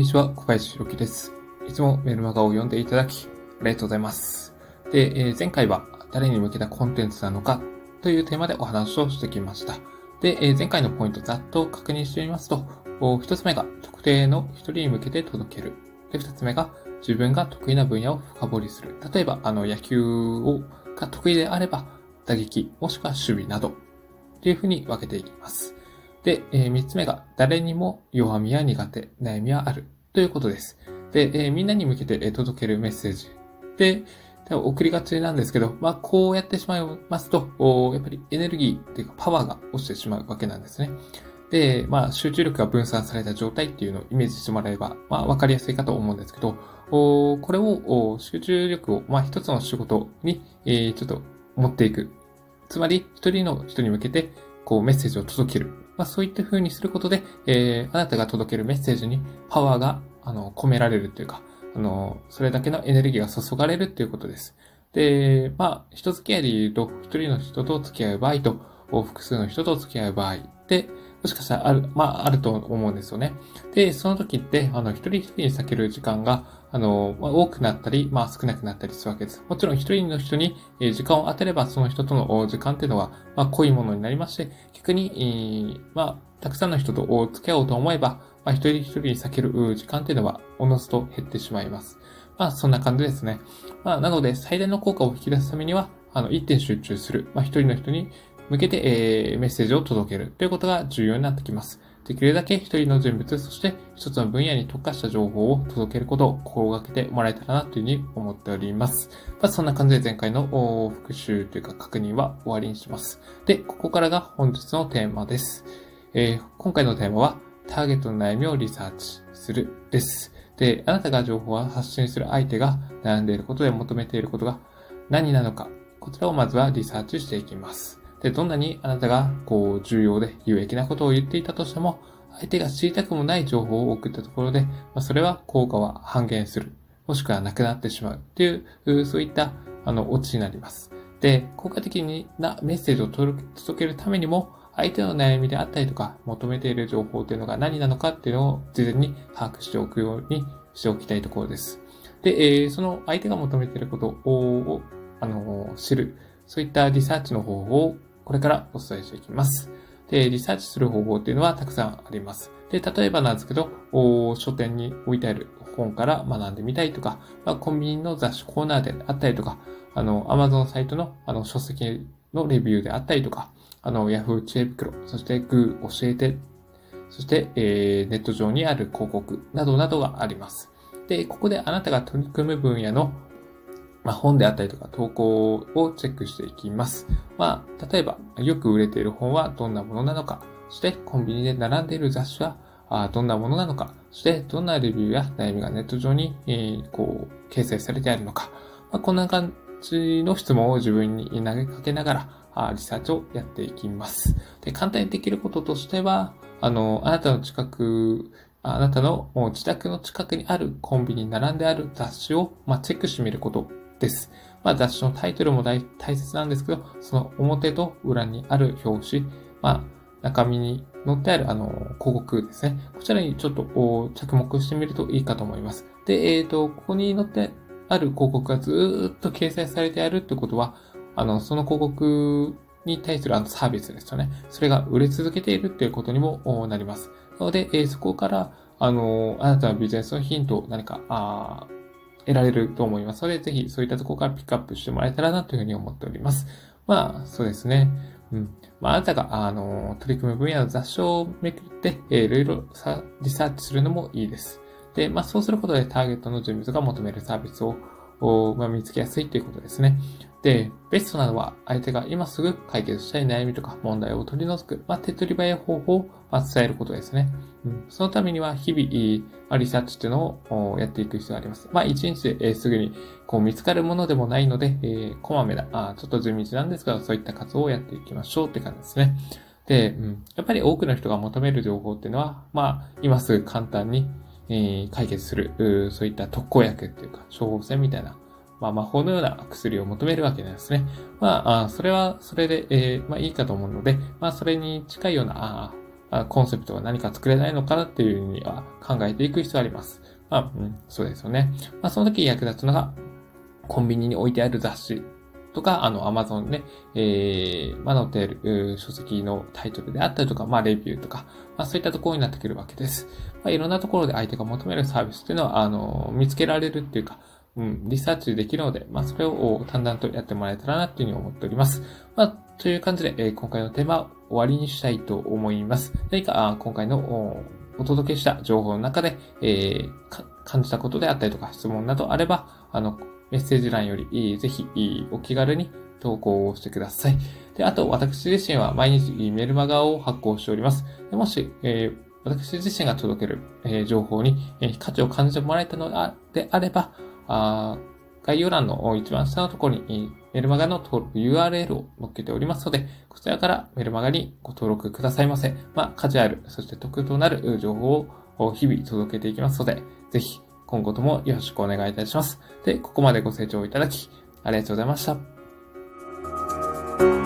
にちは、小林弘樹です。いつもメルマガを読んでいただき、ありがとうございます。で、前回は誰に向けたコンテンツなのかというテーマでお話をしてきました。で、前回のポイントざっと確認してみますと、一つ目が特定の一人に向けて届ける。で、二つ目が自分が得意な分野を深掘りする。例えば、野球が得意であれば、打撃、もしくは守備など、というふうに分けていきます。で、三つ目が誰にも弱みや苦手、悩みはあるということです。で、みんなに向けて届けるメッセージで、送りがちなんですけど、こうやってしまいますと、やっぱりエネルギーというかパワーが落ちてしまうわけなんですね。で、集中力が分散された状態っていうのをイメージしてもらえれば、わかりやすいかと思うんですけど、これを、集中力を、一つの仕事に、ちょっと持っていく。つまり、一人の人に向けて、メッセージを届ける。そういった風にすることで、あなたが届けるメッセージにパワーが、込められるというか、それだけのエネルギーが注がれるということです。で、人付き合いで言うと、一人の人と付き合う場合と、複数の人と付き合う場合で、もしかしたらあると思うんですよね。で、その時って、一人一人に避ける時間が、多くなったり、少なくなったりするわけです。もちろん一人の人に時間を当てれば、その人との時間っていうのは、濃いものになりまして、逆に、たくさんの人と付き合おうと思えば、一人一人に避ける時間っていうのは、おのずと減ってしまいます。そんな感じですね。なので、最大の効果を引き出すためには、一点集中する。一人の人に向けて、メッセージを届けるということが重要になってきます。できるだけ一人の人物、そして一つの分野に特化した情報を届けることを心がけてもらえたらなというふうに思っております。そんな感じで前回の復習というか確認は終わりにします。で、ここからが本日のテーマです。今回のテーマは、ターゲットの悩みをリサーチするです。で、あなたが情報を発信する相手が悩んでいることで求めていることが何なのか、こちらをまずはリサーチしていきます。で、どんなにあなたが重要で有益なことを言っていたとしても、相手が知りたくもない情報を送ったところで、それは効果は半減する。もしくはなくなってしまうという、そういった、オチになります。で、効果的なメッセージを届けるためにも、相手の悩みであったりとか、求めている情報というのが何なのかっていうのを事前に把握しておくようにしておきたいところです。で、その相手が求めていることを、知る、そういったリサーチの方法をこれからお伝えしていきます。で、リサーチする方法っていうのはたくさんあります。で、例えばなんですけど、書店に置いてある本から学んでみたいとか、コンビニの雑誌コーナーであったりとか、Amazon サイトの書籍のレビューであったりとか、Yahoo 知恵袋、そして Goo 教えて、そして、ネット上にある広告などなどがあります。で、ここであなたが取り組む分野の本であったりとか投稿をチェックしていきます。例えば、よく売れている本はどんなものなのか、そしてコンビニで並んでいる雑誌はどんなものなのか、そしてどんなレビューや悩みがネット上に、掲載されてあるのか、こんな感じの質問を自分に投げかけながら、リサーチをやっていきます。で、簡単にできることとしては、あなたの自宅の近くにあるコンビニに並んである雑誌を、チェックしてみることです。雑誌のタイトルも大切なんですけど、その表と裏にある表紙、中身に載ってある広告ですね。こちらにちょっと着目してみるといいかと思います。で、ここに載ってある広告がずーっと掲載されてあるってことは、その広告に対するサービスですよね。それが売れ続けているっていうことにもなります。なので、そこから、あなたのビジネスのヒントを何か、得られると思いますので、ぜひそういったところからピックアップしてもらえたらなというふうに思っております。そうですね。あなたが、取り組む分野の雑誌をめくって、いろいろリサーチするのもいいです。で、そうすることでターゲットの人物が求めるサービスを見つけやすいということですね。で、ベストなのは相手が今すぐ解決したい悩みとか問題を取り除く、手っ取り早い方法を伝えることですね。そのためには日々、リサーチっていうのをやっていく必要があります。一日ですぐに見つかるものでもないので、こまめな、ちょっと地道なんですが、そういった活動をやっていきましょうって感じですね。で、やっぱり多くの人が求める情報っていうのは、今すぐ簡単に、解決する、そういった特効薬っていうか、処方箋みたいな、魔法のような薬を求めるわけなんですね。それは、それで、いいかと思うので、それに近いような、 コンセプトは何か作れないのかなっていうふうには考えていく必要があります。そうですよね。その時役立つのが、コンビニに置いてある雑誌とか、Amazon で、載っている書籍のタイトルであったりとか、レビューとか、そういったところになってくるわけです。いろんなところで相手が求めるサービスっていうのは、見つけられるっていうか、リサーチできるので、それを淡々とやってもらえたらなっていうふうに思っております。という感じで、今回のテーマは終わりにしたいと思います。何か、今回のお届けした情報の中で、感じたことであったりとか質問などあれば、メッセージ欄より、ぜひ、お気軽に投稿をしてください。で、あと、私自身は毎日メルマガを発行しております。でもし、私自身が届ける、情報に、価値を感じてもらえたのであれば、概要欄の一番下のところに、メルマガの登録 URL を載っけておりますので、こちらからメルマガにご登録くださいませ。価値ある、そして得となる情報を日々届けていきますので、ぜひ、今後ともよろしくお願いいたします。で、ここまでご清聴いただき、ありがとうございました。